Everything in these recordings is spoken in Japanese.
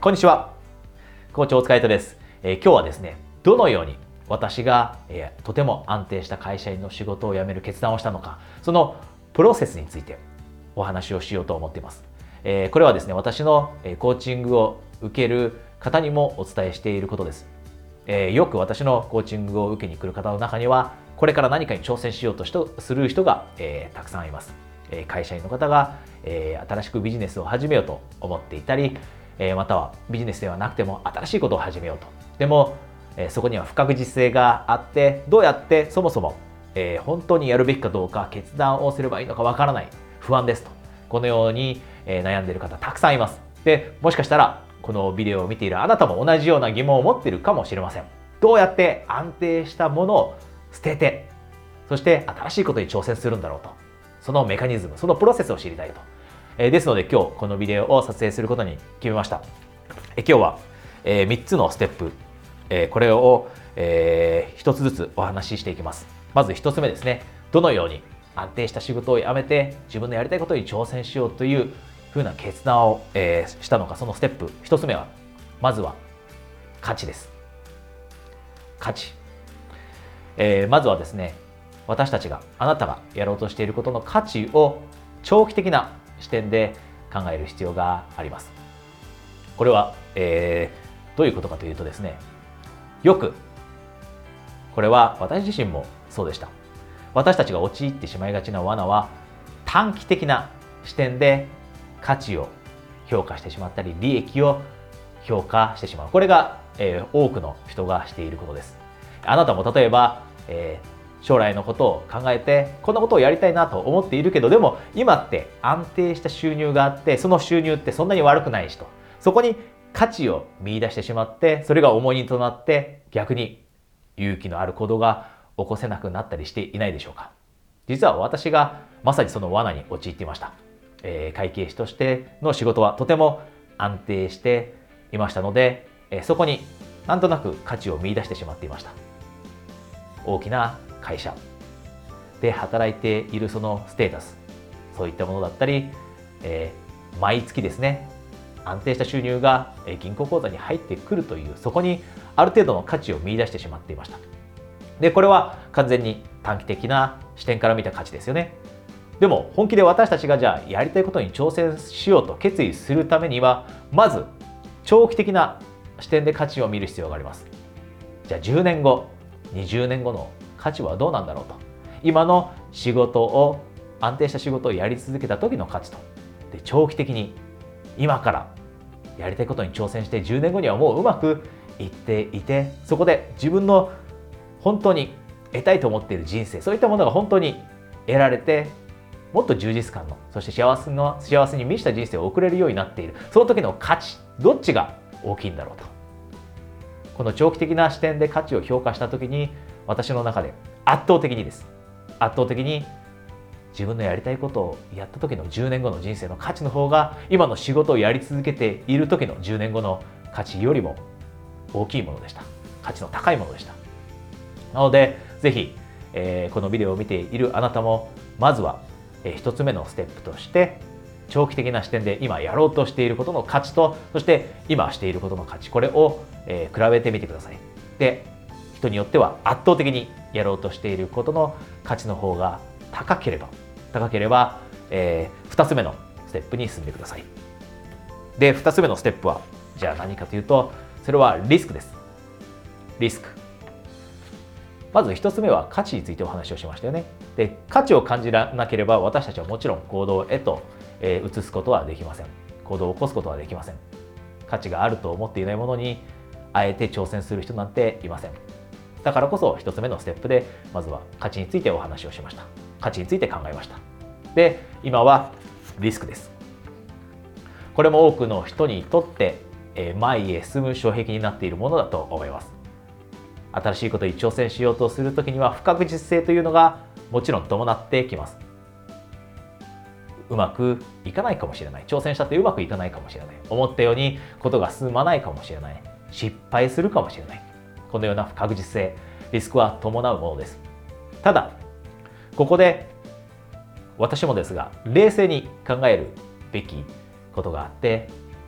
こんにちは。校長お疲れ様です。今日はですね、どのように私が、とても安定した会社員の仕事を辞める決断をしたのか、そのプロセスについてお話をしようと思っています。これはですね、私のコーチングを受ける方にもお伝えしていることです。よく私のコーチングを受けに来る方の中には、これから何かに挑戦しようとする人が、たくさんいます。会社員の方が、新しくビジネスを始めようと思っていたり、またはビジネスではなくても新しいことを始めようと。でも、そこには不確実性があって、どうやってそもそも、本当にやるべきかどうか決断をすればいいのかわからない、不安ですと。このように、悩んでいる方たくさんいます。で、もしかしたらこのビデオを見ているあなたも同じような疑問を持っているかもしれません。どうやって安定したものを捨てて、そして新しいことに挑戦するんだろうと。そのメカニズム、そのプロセスを知りたいと。ですので今日このビデオを撮影することに決めました。今日は、3つのステップ、これを、1つずつお話ししていきます。まず1つ目ですね。どのように安定した仕事を辞めて自分のやりたいことに挑戦しようというふうな決断を、したのか、そのステップ1つ目は、まずは価値です。価値。まずはですね、私たちが、あなたがやろうとしていることの価値を長期的な視点で考える必要があります。これは、どういうことかというとですね、よく、これは私自身もそうでした。私たちが陥ってしまいがちな罠は、短期的な視点で価値を評価してしまったり、利益を評価してしまう。これが、多くの人がしていることです。あなたも例えば、将来のことを考えてこんなことをやりたいなと思っているけど、でも今って安定した収入があって、その収入ってそんなに悪くないしと、そこに価値を見出してしまって、それが重荷となって逆に勇気のある行動が起こせなくなったりしていないでしょうか。実は私がまさにその罠に陥っていました。会計士としての仕事はとても安定していましたので、そこになんとなく価値を見出してしまっていました。大きな会社で働いているそのステータス、そういったものだったり、毎月ですね、安定した収入が銀行口座に入ってくるという、そこにある程度の価値を見出してしまっていました。で、これは完全に短期的な視点から見た価値ですよね。でも本気で私たちがじゃあやりたいことに挑戦しようと決意するためには、まず長期的な視点で価値を見る必要があります。じゃあ10年後、20年後の価値はどうなんだろうと。今の仕事を、安定した仕事をやり続けた時の価値と。で、長期的に今からやりたいことに挑戦して10年後にはもううまくいっていて、そこで自分の本当に得たいと思っている人生、そういったものが本当に得られて、もっと充実感の、そして幸せに満ちた人生を送れるようになっている。その時の価値、どっちが大きいんだろうと。この長期的な視点で価値を評価した時に、私の中で圧倒的に自分のやりたいことをやった時の10年後の人生の価値の方が、今の仕事をやり続けている時の10年後の価値よりも大きいものでした。価値の高いものでした。なのでぜひ、このビデオを見ているあなたも、まずは、1つ目のステップとして長期的な視点で今やろうとしていることの価値と、そして今していることの価値、これを、比べてみてください。で、人によっては圧倒的にやろうとしていることの価値の方が高ければ、2つ目のステップに進んでください。で、2つ目のステップはじゃあ何かというと、それはリスクです。リスク。まず1つ目は価値についてお話をしましたよね。で、価値を感じなければ私たちはもちろん行動へと移すことはできません。行動を起こすことはできません。価値があると思っていないものにあえて挑戦する人なんていません。だからこそ1つ目のステップで、まずは価値についてお話をしました。価値について考えました。で、今はリスクです。これも多くの人にとって前へ進む障壁になっているものだと思います。新しいことに挑戦しようとするときには不確実性というのがもちろん伴ってきます。うまくいかないかもしれない。挑戦したってうまくいかないかもしれない。思ったようにことが進まないかもしれない。失敗するかもしれない。このような不確実性、リスクは伴うものです。ただ、ここで私もですが、冷静に考えるべきことがあって、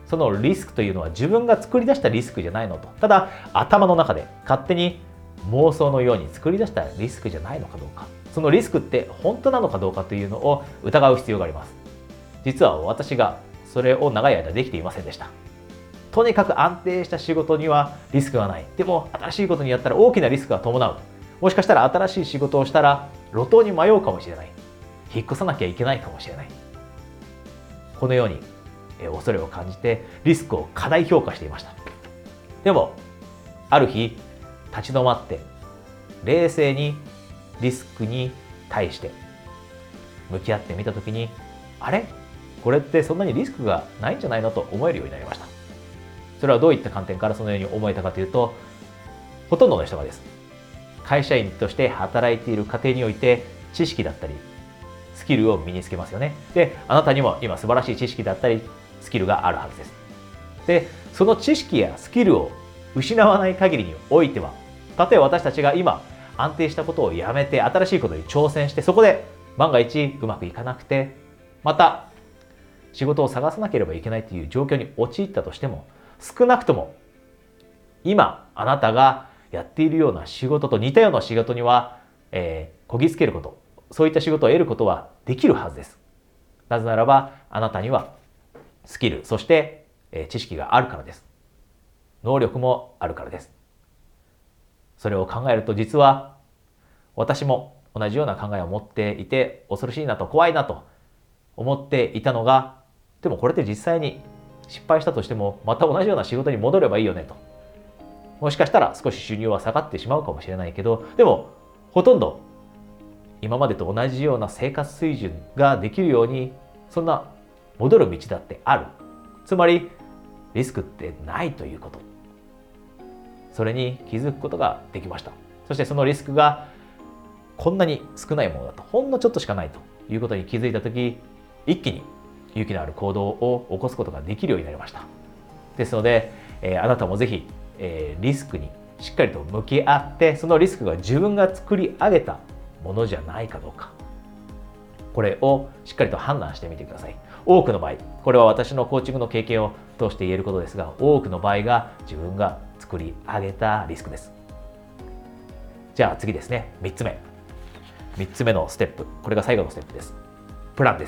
そのリスクというのは自分が作り出したリスクじゃないのと。ただ頭の中で勝手に妄想のように作り出したリスクじゃないのかどうか、そのリスクって本当なのかどうかというのを疑う必要があります。実は私がそれを長い間できていませんでした。とにかく安定した仕事にはリスクがない。でも新しいことにやったら大きなリスクが伴う。もしかしたら新しい仕事をしたら路頭に迷うかもしれない。引っ越さなきゃいけないかもしれない。このように恐れを感じてリスクを過大評価していました。でもある日立ち止まって冷静にリスクに対して向き合ってみたときに、あれこれってそんなにリスクがないんじゃないのと思えるようになりました。それはどういった観点からそのように思えたかというと、ほとんどの人がです。会社員として働いている過程において知識だったりスキルを身につけますよね。で、あなたにも今素晴らしい知識だったりスキルがあるはずです。で、その知識やスキルを失わない限りにおいては、例えば私たちが今安定したことをやめて新しいことに挑戦して、そこで万が一うまくいかなくてまた仕事を探さなければいけないという状況に陥ったとしても、少なくとも今あなたがやっているような仕事と似たような仕事には、こぎつけること、そういった仕事を得ることはできるはずです。なぜならばあなたにはスキル、そして、知識があるからです。能力もあるからです。それを考えると、実は私も同じような考えを持っていて恐ろしいなと、怖いなと思っていたのが、でもこれって実際に失敗したとしてもまた同じような仕事に戻ればいいよねと。もしかしたら少し収入は下がってしまうかもしれないけど、でもほとんど今までと同じような生活水準ができるように、そんな戻る道だってある。つまりリスクってないということ、それに気づくことができました。そしてそのリスクがこんなに少ないものだと、ほんのちょっとしかないということに気づいたとき、一気に勇気のある行動を起こすことができるようになりました。ですので、あなたもぜひ、リスクにしっかりと向き合って、そのリスクが自分が作り上げたものじゃないかどうか、これをしっかりと判断してみてください。多くの場合、これは私のコーチングの経験を通して言えることですが、多くの場合が自分が作り上げたリスクです。じゃあ次ですね、3つ目のステップ、これが最後のステップです。プランです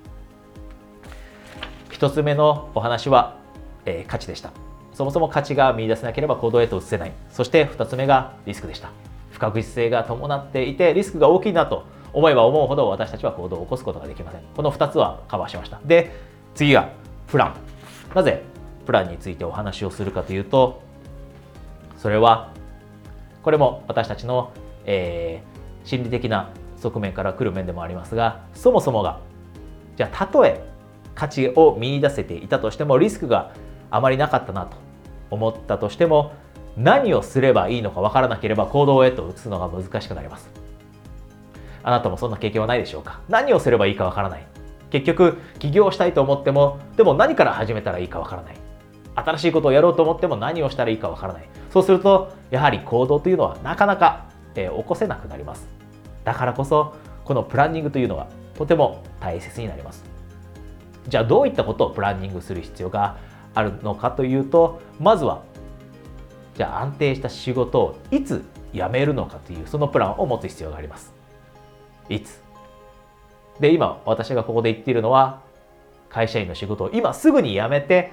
。1つ目のお話は、価値でした。そもそも価値が見出せなければ行動へと移せない。そして2つ目がリスクでした。不確実性が伴っていてリスクが大きいなと思えば思うほど私たちは行動を起こすことができません。この2つはカバーしました。で、次がプラン。なぜプランについてお話をするかというと、それはこれも私たちの、心理的な側面から来る面でもありますが、そもそもがじゃあたとえ価値を見出せていたとしてもリスクがあまりなかったなと思ったとしても、何をすればいいのか分からなければ行動へと移すのが難しくなります。あなたもそんな経験はないでしょうか。何をすればいいか分からない。結局起業したいと思っても、でも何から始めたらいいか分からない。新しいことをやろうと思っても何をしたらいいか分からない。そうするとやはり行動というのはなかなか、起こせなくなります。だからこそこのプランニングというのがとても大切になります。じゃあどういったことをプランニングする必要があるのかというと、まずはじゃあ安定した仕事をいつ辞めるのかというそのプランを持つ必要があります。いつで、今私がここで言っているのは、会社員の仕事を今すぐに辞めて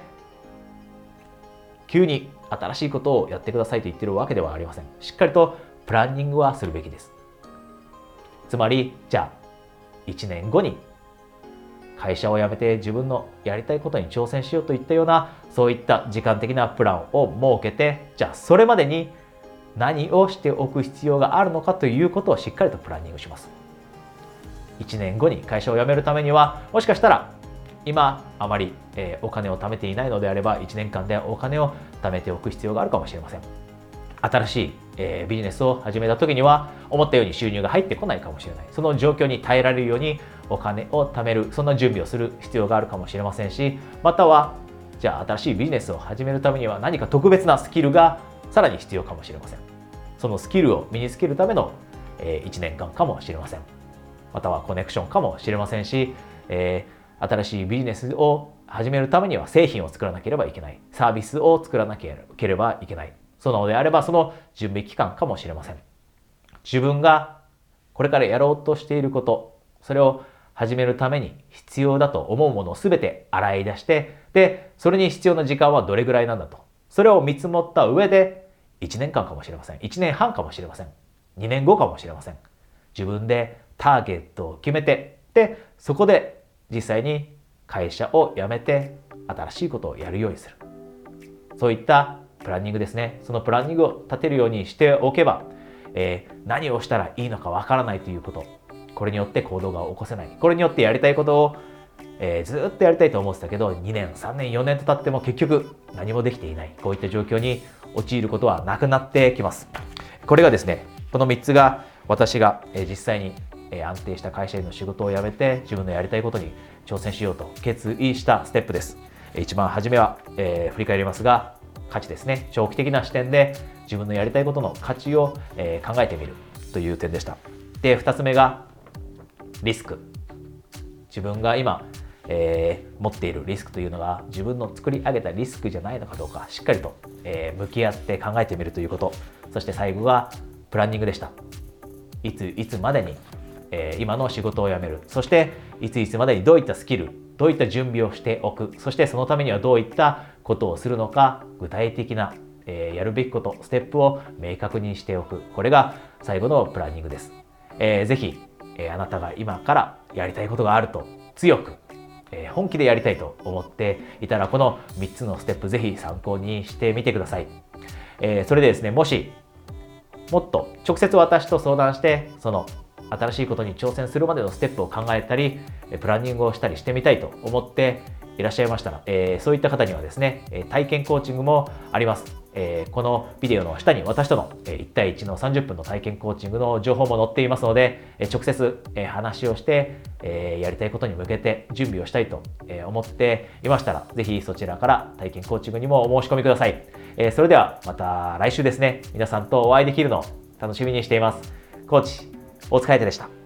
急に新しいことをやってくださいと言っているわけではありません。しっかりとプランニングはするべきです。つまりじゃあ1年後に会社を辞めて自分のやりたいことに挑戦しようといったような、そういった時間的なプランを設けて、じゃあそれまでに何をしておく必要があるのかということをしっかりとプランニングします。1年後に会社を辞めるためには、もしかしたら今あまりお金を貯めていないのであれば、1年間でお金を貯めておく必要があるかもしれません。新しいビジネスを始めた時には思ったように収入が入ってこないかもしれない。その状況に耐えられるようにお金を貯める、そんな準備をする必要があるかもしれませんし、またはじゃあ新しいビジネスを始めるためには何か特別なスキルがさらに必要かもしれません。そのスキルを身につけるための1年間かもしれません。またはコネクションかもしれませんし、新新しいビジネスを始めるためには製品を作らなければいけない。サービスを作らなければいけない。そのであればその準備期間かもしれません。自分がこれからやろうとしていること、それを始めるために必要だと思うものを全て洗い出して、で、それに必要な時間はどれぐらいなんだと。それを見積もった上で、1年間かもしれません。1年半かもしれません。2年後かもしれません。自分でターゲットを決めて、で、そこで実際に会社を辞めて新しいことをやるようにする。そういったプランニングですね。そのプランニングを立てるようにしておけば、何をしたらいいのかわからないということ。これによって行動が起こせない。これによってやりたいことを、ずっとやりたいと思ってたけど、2年、3年、4年と経っても結局何もできていない。こういった状況に陥ることはなくなってきます。これがですね、この3つが私が実際に安定した会社員の仕事を辞めて自分のやりたいことに挑戦しようと決意したステップです。一番初めは、振り返りますが、価値ですね。長期的な視点で自分のやりたいことの価値を、考えてみるという点でした。で、2つ目がリスク。自分が今、持っているリスクというのが自分の作り上げたリスクじゃないのかどうかしっかりと、向き合って考えてみるということ。そして最後がプランニングでした。いつまでに、今の仕事を辞める。そしていつまでにどういったスキル、どういった準備をしておく。そしてそのためにはどういったことをするのか、具体的な、やるべきこと、ステップを明確にしておく。これが最後のプランニングです。ぜひ、あなたが今からやりたいことがあると強く、本気でやりたいと思っていたら、この3つのステップぜひ参考にしてみてください。それでですね、もしもっと直接私と相談して、その新しいことに挑戦するまでのステップを考えたり、プランニングをしたりしてみたいと思っていらっしゃいましたら、そういった方にはですね、体験コーチングもあります。このビデオの下に私との1対1の30分の体験コーチングの情報も載っていますので、直接話をして、やりたいことに向けて準備をしたいと思っていましたら、ぜひそちらから体験コーチングにもお申し込みください。それではまた来週ですね、皆さんとお会いできるのを楽しみにしています。コーチ、大塚愛でした。